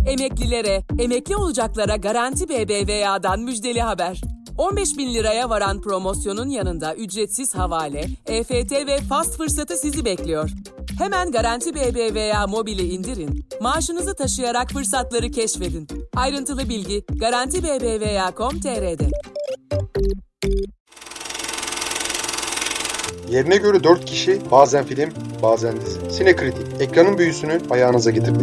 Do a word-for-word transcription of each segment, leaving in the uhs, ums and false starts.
Emeklilere, emekli olacaklara Garanti B B V A'dan müjdeli haber. on beş bin liraya varan promosyonun yanında ücretsiz havale, E F T ve fast fırsatı sizi bekliyor. Hemen Garanti B B V A mobili indirin, maaşınızı taşıyarak fırsatları keşfedin. Ayrıntılı bilgi garanti b b v a nokta com nokta t r'de. Yerine göre dört kişi, bazen film, bazen dizi. Sinekritik, ekranın büyüsünü ayağınıza getirdik.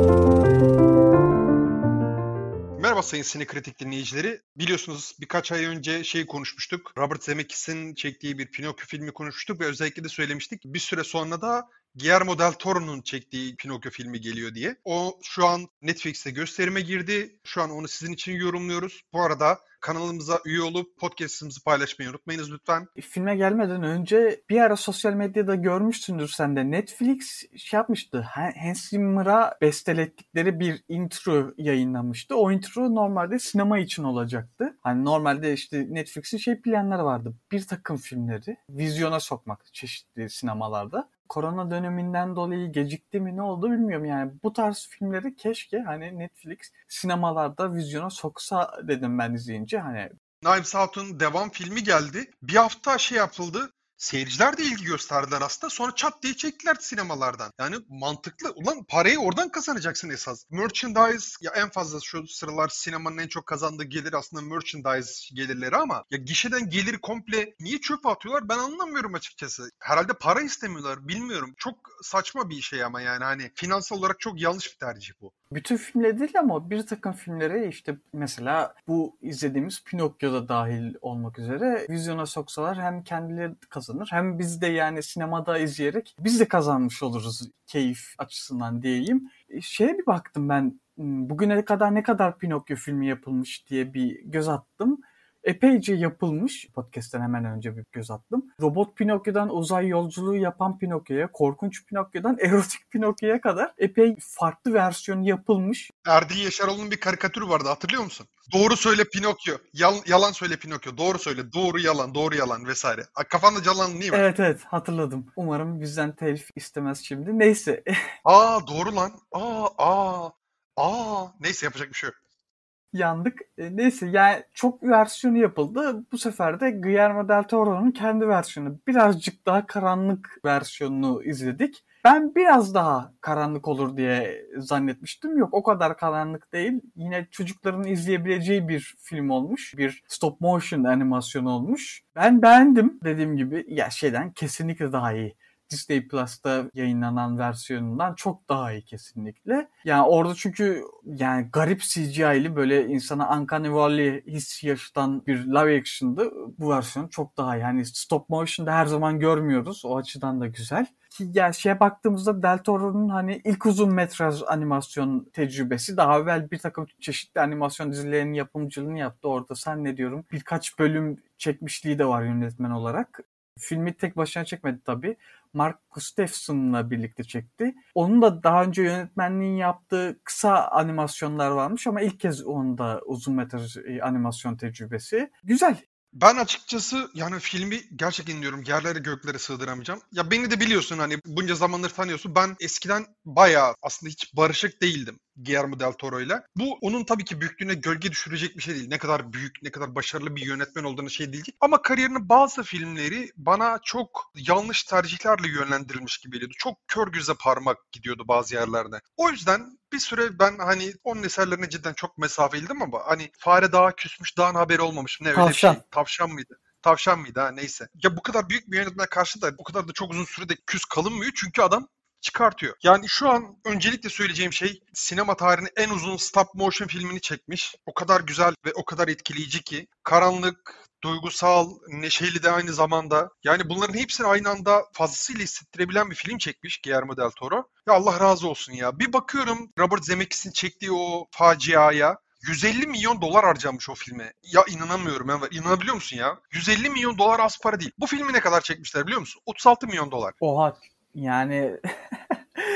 Merhaba sayın Sinekritik dinleyicileri. Biliyorsunuz birkaç ay önce şey konuşmuştuk. Robert Zemeckis'in çektiği bir Pinokyo filmi konuşmuştuk ve özellikle de söylemiştik. Bir süre sonra da Guillermo del Toro'nun çektiği Pinokyo filmi geliyor diye. O şu an Netflix'te gösterime girdi. Şu an onu sizin için yorumluyoruz. Bu arada kanalımıza üye olup podcast'ımızı paylaşmayı unutmayınız lütfen. Filme gelmeden önce bir ara sosyal medyada görmüşsündür sen de. Netflix şey yapmıştı. Hans Zimmer'a bestelettikleri bir intro yayınlanmıştı. O intro normalde sinema için olacaktı. Hani normalde işte Netflix'in şey planları vardı. Bir takım filmleri vizyona sokmak çeşitli sinemalarda. Korona döneminden dolayı gecikti mi ne oldu bilmiyorum yani. Bu tarz filmleri keşke hani Netflix sinemalarda vizyona soksa dedim ben izleyince hani. Knives Out'un devam filmi geldi. Bir hafta şey yapıldı. Seyirciler de ilgi gösterdiler aslında. Sonra çat diye çektiler sinemalardan. Yani mantıklı. Ulan parayı oradan kazanacaksın esas. Merchandise ya en fazla şu sıralar sinemanın en çok kazandığı gelir aslında merchandise gelirleri ama ya gişeden gelir komple niye çöpe atıyorlar ben anlamıyorum açıkçası. Herhalde para istemiyorlar bilmiyorum. Çok saçma bir şey ama yani hani finansal olarak çok yanlış bir tercih bu. Bütün filmleri değil ama bir takım filmleri işte mesela bu izlediğimiz Pinokyo'da dahil olmak üzere vizyona soksalar hem kendileri kazanır hem biz de yani sinemada izleyerek biz de kazanmış oluruz keyif açısından diyeyim. Şeye bir baktım ben bugüne kadar ne kadar Pinokyo filmi yapılmış diye bir göz attım. Epeyce yapılmış. Podcast'ten hemen önce bir göz attım. Robot Pinokyo'dan uzay yolculuğu yapan Pinokyo'ya, korkunç Pinokyo'dan erotik Pinokyo'ya kadar epey farklı versiyonu yapılmış. Erdil Yaşaroğlu'nun bir karikatürü vardı hatırlıyor musun? Doğru söyle Pinokyo, Yal- yalan söyle Pinokyo, doğru söyle, doğru yalan, doğru yalan vesaire. Kafanda canlandın değil mi? Evet evet hatırladım. Umarım bizden telif istemez şimdi. Neyse. Aa doğru lan. Aa aa aa neyse yapacak bir şey yok. Yandık. E, neyse yani çok versiyonu yapıldı. Bu sefer de Guillermo del Toro'nun kendi versiyonu. Birazcık daha karanlık versiyonunu izledik. Ben biraz daha karanlık olur diye zannetmiştim. Yok o kadar karanlık değil. Yine çocukların izleyebileceği bir film olmuş. Bir stop motion animasyon olmuş. Ben beğendim dediğim gibi. Ya şeyden kesinlikle daha iyi. Disney Plus'ta yayınlanan versiyonundan çok daha iyi kesinlikle. Yani orada çünkü yani garip C G I'li böyle insana Uncanny Valley hissi yaşatan bir live action'dı. Bu versiyon çok daha iyi. Yani stop motion'da her zaman görmüyoruz. O açıdan da güzel. Ki yani şeye baktığımızda Del Toro'nun hani ilk uzun metraj animasyon tecrübesi daha evvel bir takım çeşitli animasyon dizilerinin yapımcılığını yaptı. Orada sen ne diyorum birkaç bölüm çekmişliği de var yönetmen olarak. Filmi tek başına çekmedi tabii. Mark Gustafson'la birlikte çekti. Onun da daha önce yönetmenliğini yaptığı kısa animasyonlar varmış ama ilk kez onda uzun metraj animasyon tecrübesi. Güzel. Ben açıkçası yani filmi gerçekten diyorum yerlere göklere sığdıramayacağım. Ya beni de biliyorsun hani bunca zamandır tanıyorsun. Ben eskiden bayağı aslında hiç barışık değildim Guillermo del Toro'yla. Bu onun tabii ki büyüklüğüne gölge düşürecek bir şey değil. Ne kadar büyük, ne kadar başarılı bir yönetmen olduğunu şey değil. Ama kariyerinin bazı filmleri bana çok yanlış tercihlerle yönlendirilmiş gibi geliyordu. Çok kör göze parmak gidiyordu bazı yerlerde. O yüzden bir süre ben hani onun eserlerine cidden çok mesafeliydim ama hani fare daha küsmüş, dağın haberi olmamış. Ne öyle Tavşan. bir şey. Tavşan mıydı? Tavşan mıydı ha neyse. Ya bu kadar büyük bir yönetmene karşı da bu kadar da çok uzun sürede küs kalınmıyor çünkü adam çıkartıyor. Yani şu an öncelikle söyleyeceğim şey sinema tarihinin en uzun stop motion filmini çekmiş. O kadar güzel ve o kadar etkileyici ki karanlık, duygusal, neşeli de aynı zamanda. Yani bunların hepsini aynı anda fazlasıyla hissettirebilen bir film çekmiş Guillermo del Toro. Ya Allah razı olsun ya. Bir bakıyorum Robert Zemeckis'in çektiği o faciaya. yüz elli milyon dolar harcamış o filme. Ya inanamıyorum Enver. İnanabiliyor musun ya? yüz elli milyon dolar az para değil. Bu filmi ne kadar çekmişler biliyor musun? otuz altı milyon dolar. Oha yani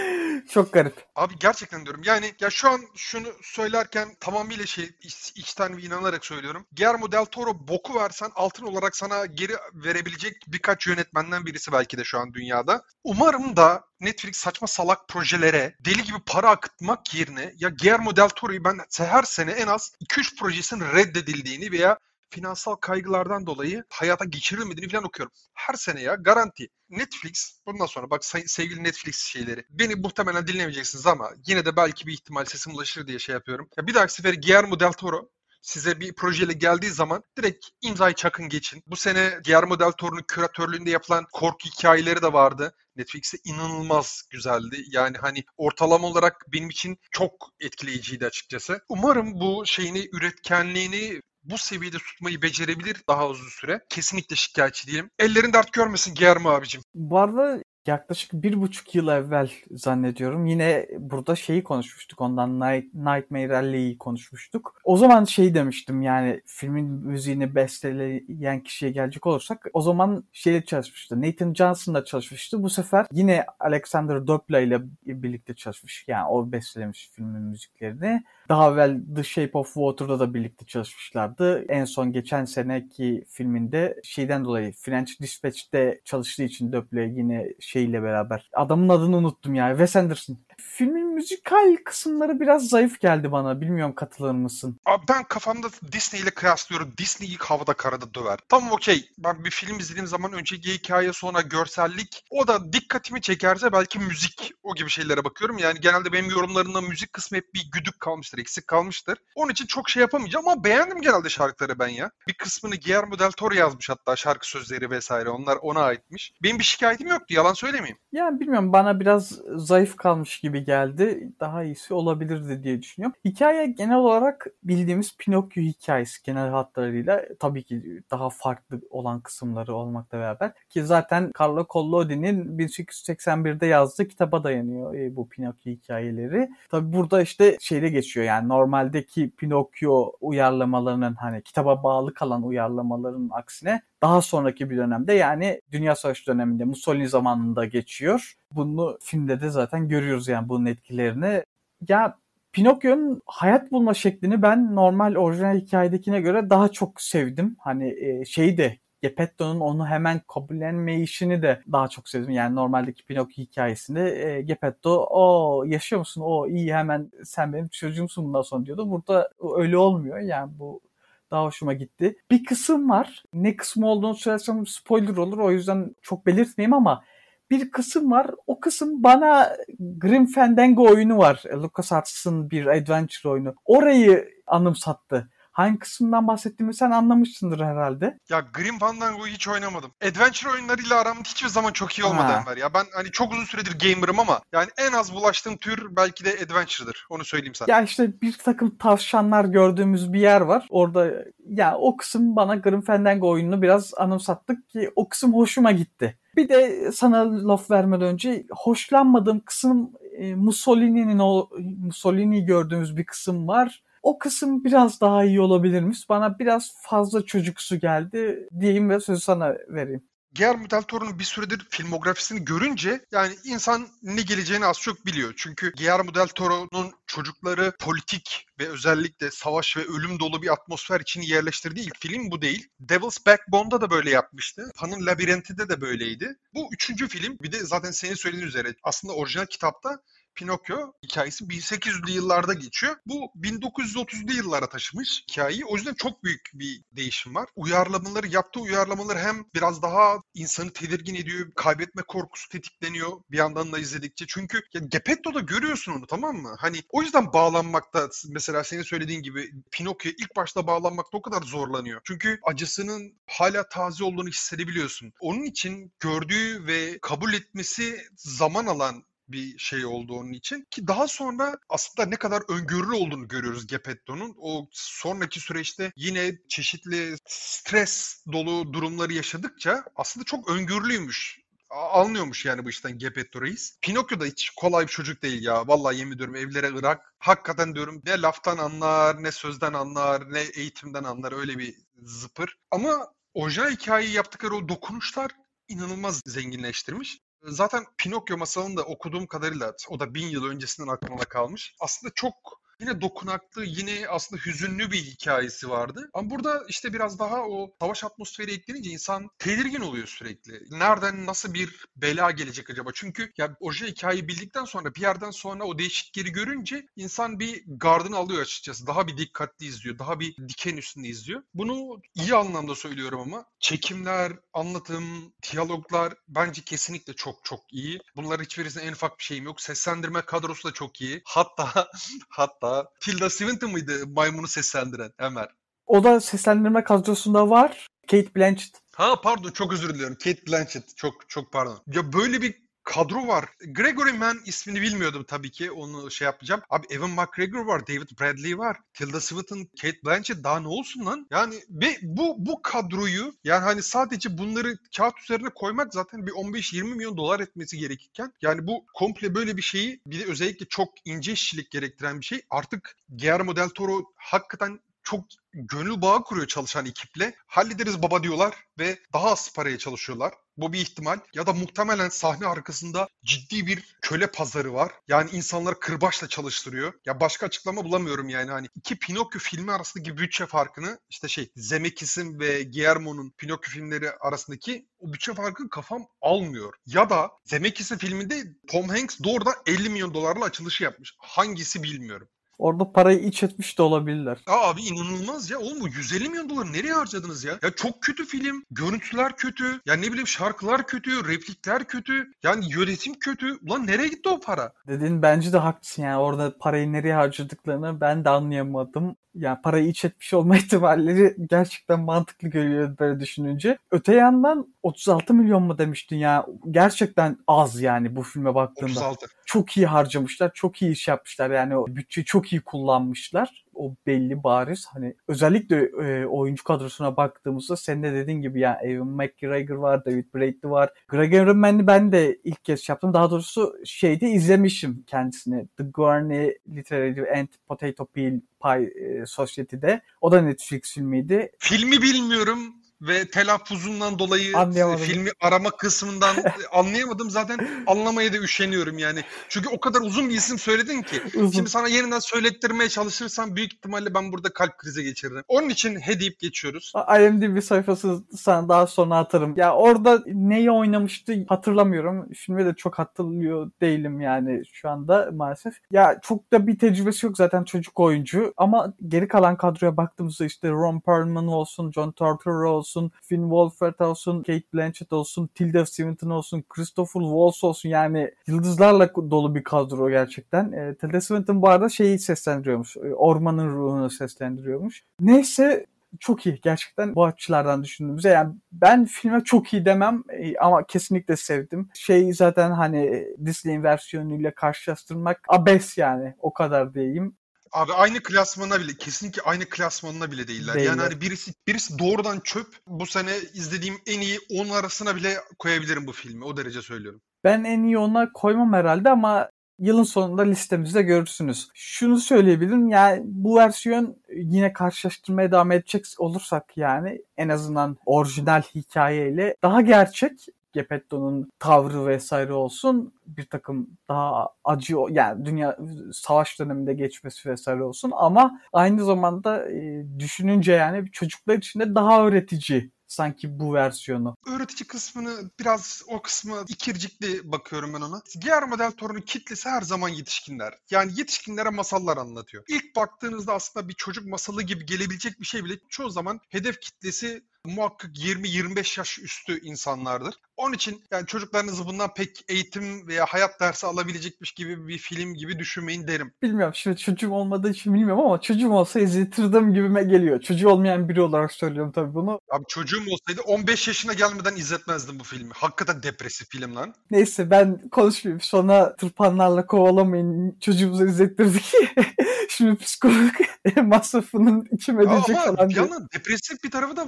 Çok garip. Abi gerçekten diyorum. Yani ya şu an şunu söylerken tamamıyla şey iç- içten ve inanarak söylüyorum. Guillermo del Toro boku versen altın olarak sana geri verebilecek birkaç yönetmenden birisi belki de şu an dünyada. Umarım da Netflix saçma salak projelere deli gibi para akıtmak yerine ya Guillermo del Toro'yu ben her sene en az iki üç projesinin reddedildiğini veya finansal kaygılardan dolayı hayata geçirilmediğini falan okuyorum. Her sene ya garanti. Netflix bundan sonra bak say- sevgili Netflix şeyleri beni muhtemelen dinlemeyeceksiniz ama yine de belki bir ihtimal sesim ulaşır diye şey yapıyorum. Ya bir dahaki sefer Guillermo del Toro size bir projeyle geldiği zaman direkt imzayı çakın geçin. Bu sene Guillermo del Toro'nun küratörlüğünde yapılan korku hikayeleri de vardı. Netflix'te inanılmaz güzeldi. Yani hani ortalama olarak benim için çok etkileyiciydi açıkçası. Umarım bu şeyini, üretkenliğini bu seviyede tutmayı becerebilir daha uzun süre. Kesinlikle şikayetçi değilim. Ellerin dert görmesin Guillermo abicim. Bu arada yaklaşık bir buçuk yıl evvel zannediyorum. Yine burada şeyi konuşmuştuk. Ondan Night, Nightmare Alley'i konuşmuştuk. O zaman şey demiştim, yani filmin müziğini besteleyen kişiye gelecek olursak o zaman şeyle çalışmıştı. Nathan Johnson'la çalışmıştı. Bu sefer yine Alexander Dopla ile birlikte çalışmış. Yani o bestelemiş filmin müziklerini. Daha evvel The Shape of Water'da da birlikte çalışmışlardı. En son geçen seneki filminde şeyden dolayı French Dispatch'te çalıştığı için Dopla yine şeyle beraber. Adamın adını unuttum ya. Wes Anderson. Filmin müzikal kısımları biraz zayıf geldi bana. Bilmiyorum, katılır mısın? Abi ben kafamda Disney ile kıyaslıyorum. Disney ilk havada karada döver. Tamam okey. Ben bir film izlediğim zaman önceki hikaye sonra görsellik o da dikkatimi çekerse belki müzik o gibi şeylere bakıyorum. Yani genelde benim yorumlarımda müzik kısmı hep bir güdük kalmıştır, eksik kalmıştır. Onun için çok şey yapamayacağım ama beğendim genelde şarkıları ben ya. Bir kısmını Guillermo del Toro yazmış hatta şarkı sözleri vesaire. Onlar ona aitmiş. Benim bir şikayetim yoktu, yalan söylemeyeyim. Yani bilmiyorum, bana biraz zayıf kalmış gibi geldi. Daha iyisi olabilirdi diye düşünüyorum. Hikaye genel olarak bildiğimiz Pinokyo hikayesi genel hatlarıyla, tabii ki daha farklı olan kısımları olmakla beraber. Ki zaten Carlo Collodi'nin bin sekiz yüz seksen birde yazdığı kitaba dayanıyor e, bu Pinokyo hikayeleri. Tabii burada işte şeyle geçiyor, yani normaldeki Pinokyo uyarlamalarının, hani kitaba bağlı kalan uyarlamaların aksine daha sonraki bir dönemde, yani Dünya Savaşı döneminde Mussolini zamanında geçiyor. Bunu filmde de zaten görüyoruz, yani bunun etkilerini. Ya Pinokyo'nun hayat bulma şeklini ben normal orijinal hikayedekine göre daha çok sevdim. Hani e, şeyi de Geppetto'nun onu hemen kabullenmeyişini de daha çok sevdim. Yani normaldeki Pinokyo hikayesinde e, Geppetto o yaşıyor musun? O iyi, hemen sen benim çocuğumsun bundan sonra diyordu. Burada öyle olmuyor. Yani bu daha hoşuma gitti. Bir kısım var. Ne kısmı olduğunu söylersem spoiler olur. O yüzden çok belirtmeyeyim ama bir kısım var. O kısım bana Grim Fandango oyunu var. LucasArts'ın bir adventure oyunu. Orayı anımsattı. Hangi kısımdan bahsettiğimi sen anlamışsındır herhalde. Ya Grim Fandango'yu hiç oynamadım. Adventure oyunlarıyla aram hiçbir zaman çok iyi olmadı Ha. Enver ya. Ben hani çok uzun süredir gamer'ım ama yani en az bulaştığım tür belki de Adventure'dır. Onu söyleyeyim sana. Ya işte bir takım tavşanlar gördüğümüz bir yer var. Orada ya o kısım bana Grim Fandango oyununu biraz anımsattık ki o kısım hoşuma gitti. Bir de sana laf vermeden önce hoşlanmadığım kısım e, Mussolini'nin o Mussolini'yi gördüğümüz bir kısım var. O kısım biraz daha iyi olabilirmiş. Bana biraz fazla çocuksu geldi diyeyim ve sözü sana vereyim. Guillermo del Toro'nun bir süredir filmografisini görünce yani insan ne geleceğini az çok biliyor. Çünkü Guillermo del Toro'nun çocukları politik ve özellikle savaş ve ölüm dolu bir atmosfer için yerleştirdiği ilk film bu değil. Devil's Backbone'da da böyle yapmıştı. Pan'ın Labirenti'de de böyleydi. Bu üçüncü film. Bir de zaten senin söylediğin üzere aslında orijinal kitapta Pinokyo hikayesi bin sekiz yüzlü yıllarda geçiyor. Bu bin dokuz yüz otuzlu yıllara taşımış hikayeyi. O yüzden çok büyük bir değişim var. Uyarlamaları, yaptığı uyarlamaları hem biraz daha insanı tedirgin ediyor, kaybetme korkusu tetikleniyor bir yandan da izledikçe. Çünkü ya Geppetto'da görüyorsun onu, tamam mı? Hani o yüzden bağlanmakta, mesela senin söylediğin gibi Pinokyo'ya ilk başta bağlanmakta o kadar zorlanıyor. Çünkü acısının hala taze olduğunu hissedebiliyorsun. Onun için gördüğü ve kabul etmesi zaman alan bir şey oldu onun için. Ki daha sonra aslında ne kadar öngörülü olduğunu görüyoruz Geppetto'nun. O sonraki süreçte yine çeşitli stres dolu durumları yaşadıkça aslında çok öngörülüymüş. A- Anlıyormuş yani bu işten Geppetto Reis. Pinokyo da hiç kolay bir çocuk değil ya. Vallahi yemin ediyorum, evlere Irak. Hakikaten diyorum, ne laftan anlar, ne sözden anlar, ne eğitimden anlar. Öyle bir zıpır. Ama orijinal hikayeyi yaptıkları o dokunuşlar inanılmaz zenginleştirmiş. Zaten Pinokyo masalını da okuduğum kadarıyla, o da bin yıl öncesinden aklımda kalmış. Aslında çok yine dokunaklı, yine aslında hüzünlü bir hikayesi vardı. Ama burada işte biraz daha o savaş atmosferi eklenince insan tedirgin oluyor sürekli. Nereden nasıl bir bela gelecek acaba? Çünkü ya orijinal hikayeyi bildikten sonra bir yerden sonra o değişiklikleri görünce insan bir gardını alıyor açıkçası. Daha bir dikkatli izliyor. Daha bir diken üstünde izliyor. Bunu iyi anlamda söylüyorum ama çekimler, anlatım, diyaloglar bence kesinlikle çok çok iyi. Bunların hiçbirisinde en ufak bir şeyim yok. Seslendirme kadrosu da çok iyi. Hatta hatta Tilda Swinton mıydı maymunu seslendiren Ömer? O da seslendirme kadrosunda var. Cate Blanchett. Ha pardon, çok özür diliyorum. Cate Blanchett. Çok çok pardon. Ya böyle bir kadro var. Gregory Mann ismini bilmiyordum tabii ki. Onu şey yapacağım. Abi Evan McGregor var. David Bradley var. Tilda Swinton, Cate Blanchett, daha ne olsun lan? Yani ve bu bu kadroyu, yani hani sadece bunları kağıt üzerine koymak zaten bir on beş yirmi milyon dolar etmesi gerekirken, yani bu komple böyle bir şeyi, bir de özellikle çok ince işçilik gerektiren bir şey. Artık Guillermo del Toro hakikaten çok gönül bağı kuruyor çalışan ekiple. Hallederiz baba diyorlar ve daha az paraya çalışıyorlar. Bu bir ihtimal. Ya da muhtemelen sahne arkasında ciddi bir köle pazarı var. Yani insanları kırbaçla çalıştırıyor. Ya başka açıklama bulamıyorum yani. Hani iki Pinokyo filmi arasındaki bütçe farkını, işte şey Zemeckis'in ve Guillermo'nun Pinokyo filmleri arasındaki o bütçe farkını kafam almıyor. Ya da Zemeckis'in filminde Tom Hanks doğrudan elli milyon dolarla açılışı yapmış. Hangisi bilmiyorum. Orada parayı iç etmiş de olabilirler. Aa, abi inanılmaz ya. Oğlum bu yüz elli milyon doları nereye harcadınız ya? Ya çok kötü film. Görüntüler kötü. Ya ne bileyim, şarkılar kötü. Replikler kötü. Yani yönetim kötü. Ulan nereye gitti o para? Dediğin bence de haklısın yani. Orada parayı nereye harcadıklarını ben de anlayamadım. Yani parayı iç etmiş olma ihtimalleri gerçekten mantıklı geliyor böyle düşününce. Öte yandan otuz altı milyon mu demiştin ya? Gerçekten az yani bu filme baktığında. otuz altı. Çok iyi harcamışlar, çok iyi iş yapmışlar. Yani o bütçeyi çok iyi kullanmışlar. O belli, bariz. Hani özellikle e, oyuncu kadrosuna baktığımızda senin de dediğin gibi yani Ewan McGregor var, David Bradley var. Gregory Mann'i ben de ilk kez yaptım. Daha doğrusu şeyde izlemişim kendisini. The Gourney Literary and Potato Peel Pie e, Society'de. O da Netflix filmiydi. Filmi bilmiyorum ve telaffuzundan dolayı Anlayamadım. filmi arama kısmından anlayamadım. Zaten anlamaya da üşeniyorum yani. Çünkü o kadar uzun bir isim söyledin ki. Uzun. Şimdi sana yeniden söylettirmeye çalışırsam büyük ihtimalle ben burada kalp krizi geçiririm. Onun için he deyip geçiyoruz. IMDb sayfası sana daha sonra atarım. Ya orada neyi oynamıştı hatırlamıyorum. Filmi de çok hatırlıyor değilim yani şu anda maalesef. Ya çok da bir tecrübesi yok zaten, çocuk oyuncu. Ama geri kalan kadroya baktığımızda işte Ron Perlman olsun, John Turturro olsun, Finn Wolfhard olsun, Cate Blanchett olsun, Tilda Swinton olsun, Christopher Waltz olsun, yani yıldızlarla dolu bir kadro gerçekten. E, Tilda Swinton bu arada şeyi seslendiriyormuş. Ormanın ruhunu seslendiriyormuş. Neyse, çok iyi gerçekten bu açılardan düşündüğümüzde. Yani ben filme çok iyi demem ama kesinlikle sevdim. Şey zaten hani Disney'in versiyonuyla karşılaştırmak abes yani, o kadar diyeyim. Abi aynı klasmana bile, kesinlikle aynı klasmanına bile değiller. Değiller. Yani hani birisi birisi doğrudan çöp. Bu sene izlediğim en iyi on arasına bile koyabilirim bu filmi. O derece söylüyorum. Ben en iyi ona koymam herhalde ama yılın sonunda listemizde görürsünüz. Şunu söyleyebilirim, yani bu versiyon yine karşılaştırmaya devam edecek olursak yani en azından orijinal hikayeyle daha gerçek. Geppetto'nun tavrı vesaire olsun, bir takım daha acı, yani dünya savaş döneminde geçmesi vesaire olsun ama aynı zamanda e, düşününce yani çocuklar için de daha öğretici sanki bu versiyonu. Öğretici kısmını biraz, o kısmı ikircikli bakıyorum ben ona. Guillermo del Toro'nun kitlesi her zaman yetişkinler. Yani yetişkinlere masallar anlatıyor. İlk baktığınızda aslında bir çocuk masalı gibi gelebilecek bir şey bile çoğu zaman hedef kitlesi muhakkak yirmi yirmi beş yaş üstü insanlardır. Onun için yani çocuklarınızı bundan pek eğitim veya hayat dersi alabilecekmiş gibi bir film gibi düşünmeyin derim. Bilmiyorum, şimdi çocuğum olmadığı için bilmiyorum ama çocuğum olsa izletirdim gibime geliyor. Çocuğu olmayan biri olarak söylüyorum tabii bunu. Abi çocuğum olsaydı on beş yaşına gelmeden izletmezdim bu filmi. Hakikaten depresif film lan. Neyse, ben konuşmayayım. Sonra tırpanlarla kovalamayın, çocuğumuzu izlettirdik. Şimdi psikolog masrafının içime edecek Ama falan bir diye. yandan depresif bir tarafı da var. Yani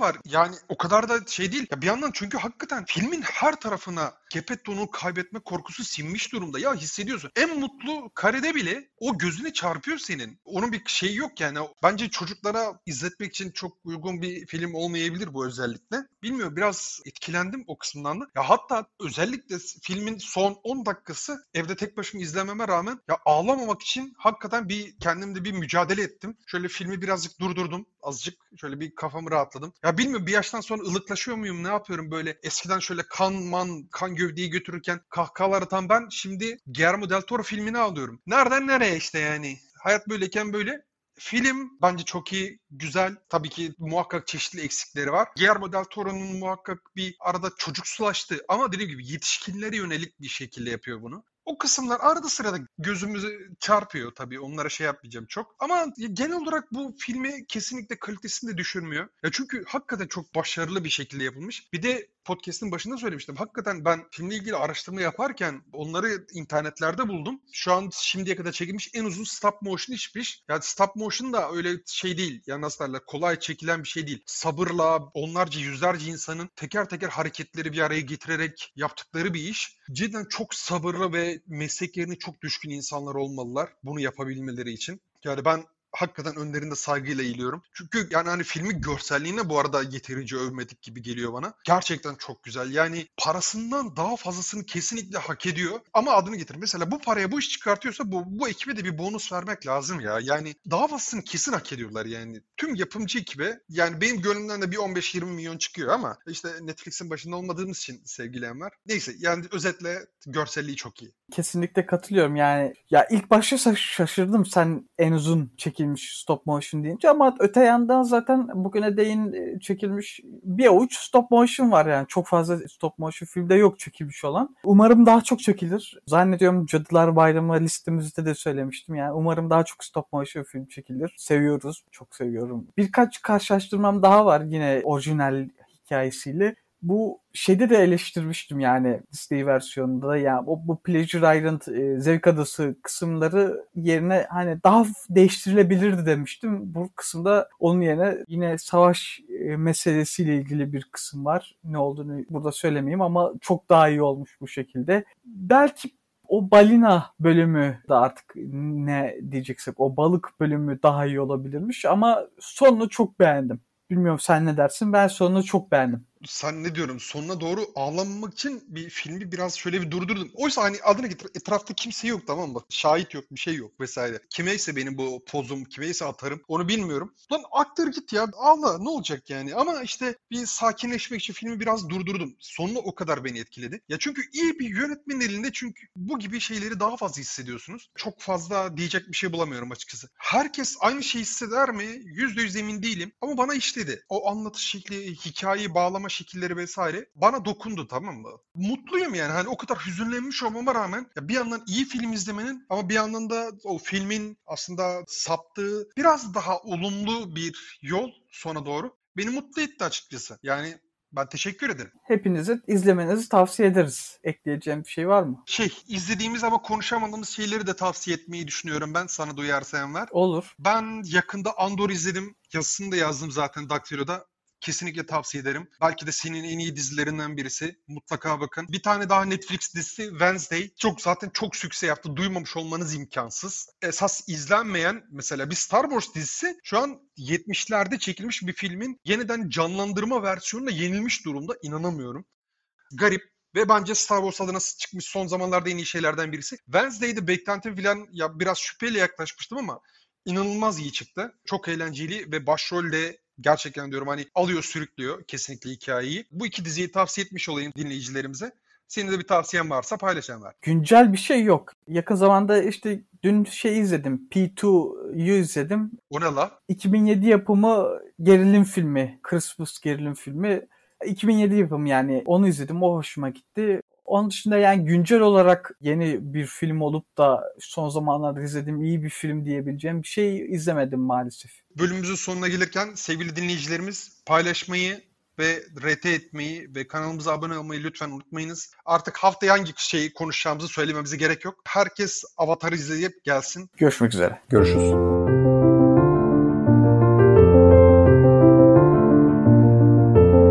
Yani o kadar da şey değil. Ya bir yandan çünkü hakikaten filmin her tarafına Geppetto'nun kaybetme korkusu sinmiş durumda. Ya hissediyorsun. En mutlu karede bile o gözüne çarpıyor senin. Onun bir şeyi yok yani. Bence çocuklara izletmek için çok uygun bir film olmayabilir bu özellikle. Bilmiyorum, biraz etkilendim o kısımdan da. Ya hatta özellikle filmin son on dakikası evde tek başıma izlememe rağmen ya ağlamamak için hakikaten bir kendimde bir mücadele ettim. Şöyle filmi birazcık durdurdum. Azıcık şöyle bir kafamı rahatladım. Ya bilmiyorum, bir yaştan sonra ılıklaşıyor muyum, ne yapıyorum böyle. Eskiden şöyle kan man, kan gövdeyi götürürken kahkahalar atan ben şimdi Guillermo del Toro filmini alıyorum. Nereden nereye işte yani. Hayat böyleyken böyle. Film bence çok iyi, güzel. Tabii ki muhakkak çeşitli eksikleri var. Guillermo del Toro'nun muhakkak bir arada çocuksulaştı ama dediğim gibi yetişkinlere yönelik bir şekilde yapıyor bunu. O kısımlar arada sırada gözümüzü çarpıyor tabii. Onlara şey yapmayacağım çok. Ama genel olarak bu filmi kesinlikle kalitesini de düşürmüyor. Ya çünkü hakikaten çok başarılı bir şekilde yapılmış. Bir de podcast'ın başında söylemiştim. Hakikaten ben filmle ilgili araştırma yaparken onları internetlerde buldum. Şu an şimdiye kadar çekilmiş en uzun stop motion işmiş. Yani stop motion da öyle şey değil. Yani nasıl derler, kolay çekilen bir şey değil. Sabırla onlarca yüzlerce insanın teker teker hareketleri bir araya getirerek yaptıkları bir iş. Cidden çok sabırlı ve meslek yerine çok düşkün insanlar olmalılar bunu yapabilmeleri için. Yani ben hakikaten önlerinde saygıyla eğiliyorum. Çünkü yani hani filmin görselliğine bu arada yeterince övmedik gibi geliyor bana. Gerçekten çok güzel. Yani parasından daha fazlasını kesinlikle hak ediyor. Ama adını getir. Mesela bu paraya bu iş çıkartıyorsa bu, bu ekibe de bir bonus vermek lazım ya. Yani daha fazlasını kesin hak ediyorlar yani. Tüm yapımcı ekibe, yani benim gönlümden de bir on beş yirmi milyon çıkıyor ama işte Netflix'in başında olmadığımız için sevgili Enver. Neyse yani özetle görselliği çok iyi. Kesinlikle katılıyorum yani. Ya ilk başta şaşırdım sen en uzun çekilmiş stop motion deyince ama öte yandan zaten bugüne değin çekilmiş bir avuç stop motion var yani. Çok fazla stop motion filmde yok çekilmiş olan. Umarım daha çok çekilir. Zannediyorum Cadılar Bayramı listemizde de söylemiştim yani. Umarım daha çok stop motion film çekilir. Seviyoruz. Çok seviyorum. Birkaç karşılaştırmam daha var yine orijinal hikayesiyle. Bu şeyde de eleştirmiştim yani Disney versiyonunda yani o bu Pleasure Island e, zevk adası kısımları yerine hani daha değiştirilebilirdi demiştim. Bu kısımda onun yerine yine savaş e, meselesiyle ilgili bir kısım var. Ne olduğunu burada söylemeyeyim ama çok daha iyi olmuş bu şekilde. Belki o balina bölümü de artık ne diyeceksek o balık bölümü daha iyi olabilirmiş ama sonunu çok beğendim. Bilmiyorum sen ne dersin? Ben sonunu çok beğendim. Sen ne diyorum, sonuna doğru ağlamamak için bir filmi biraz şöyle bir durdurdum. Oysa hani adını getir, etrafta kimse yok, tamam mı? Şahit yok, bir şey yok vesaire. Kimeyse benim bu pozum, kimeyse atarım onu bilmiyorum. Lan aktör git ya, ağla, ne olacak yani? Ama işte bir sakinleşmek için filmi biraz durdurdum. Sonunu o kadar beni etkiledi. Ya çünkü iyi bir yönetmenin elinde çünkü bu gibi şeyleri daha fazla hissediyorsunuz. Çok fazla diyecek bir şey bulamıyorum açıkçası. Herkes aynı şeyi hisseder mi? Yüzde yüz emin değilim. Ama bana işledi. O anlatış şekli, hikayeyi bağlama şekilleri vesaire bana dokundu, tamam mı? Mutluyum yani, hani o kadar hüzünlenmiş olmama rağmen ya bir yandan iyi film izlemenin ama bir yandan da o filmin aslında saptığı biraz daha olumlu bir yol sona doğru beni mutlu etti açıkçası. Yani ben teşekkür ederim. Hepinize izlemenizi tavsiye ederiz. Ekleyeceğim bir şey var mı? Şey, izlediğimiz ama konuşamadığımız şeyleri de tavsiye etmeyi düşünüyorum ben, sana duyarsa Enver. Olur. Ben yakında Andor izledim. Yazısını da yazdım zaten Daktilo'da. Kesinlikle tavsiye ederim. Belki de senin en iyi dizilerinden birisi. Mutlaka bakın. Bir tane daha Netflix dizisi Wednesday. Çok zaten çok sükse yaptı. Duymamış olmanız imkansız. Esas izlenmeyen mesela bir Star Wars dizisi şu an yetmişlerde çekilmiş bir filmin yeniden canlandırma versiyonuna yenilmiş durumda. İnanamıyorum. Garip. Ve bence Star Wars adına çıkmış son zamanlarda en iyi şeylerden birisi. Wednesday'de beklentim falan ya biraz şüpheyle yaklaşmıştım ama inanılmaz iyi çıktı. Çok eğlenceli ve başrolde gerçekten diyorum hani alıyor, sürüklüyor kesinlikle hikayeyi. Bu iki diziyi tavsiye etmiş olayım dinleyicilerimize. Senin de bir tavsiyen varsa paylaşan var. Güncel bir şey yok. Yakın zamanda işte dün şey izledim. P iki'yu izledim. O ne la? iki bin yedi yapımı gerilim filmi. Christmas gerilim filmi. iki bin yedi yapımı yani. Onu izledim. O hoşuma gitti. Onun dışında yani güncel olarak yeni bir film olup da son zamanlarda izlediğim iyi bir film diyebileceğim bir şey izlemedim maalesef. Bölümümüzün sonuna gelirken sevgili dinleyicilerimiz paylaşmayı ve R T etmeyi ve kanalımıza abone olmayı lütfen unutmayınız. Artık haftaya hangi şeyi konuşacağımızı söylememize gerek yok. Herkes Avatar'ı izleyip gelsin. Görüşmek üzere. Görüşürüz.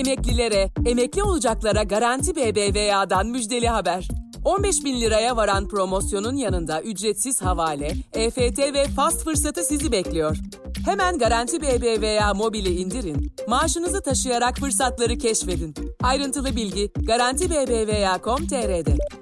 Emeklilere, emekli olacaklara Garanti B B V A'dan müjdeli haber. on beş bin liraya varan promosyonun yanında ücretsiz havale, E F T ve fast fırsatı sizi bekliyor. Hemen Garanti B B V A mobili indirin, maaşınızı taşıyarak fırsatları keşfedin. Ayrıntılı bilgi garanti b b v a nokta com nokta t r'de.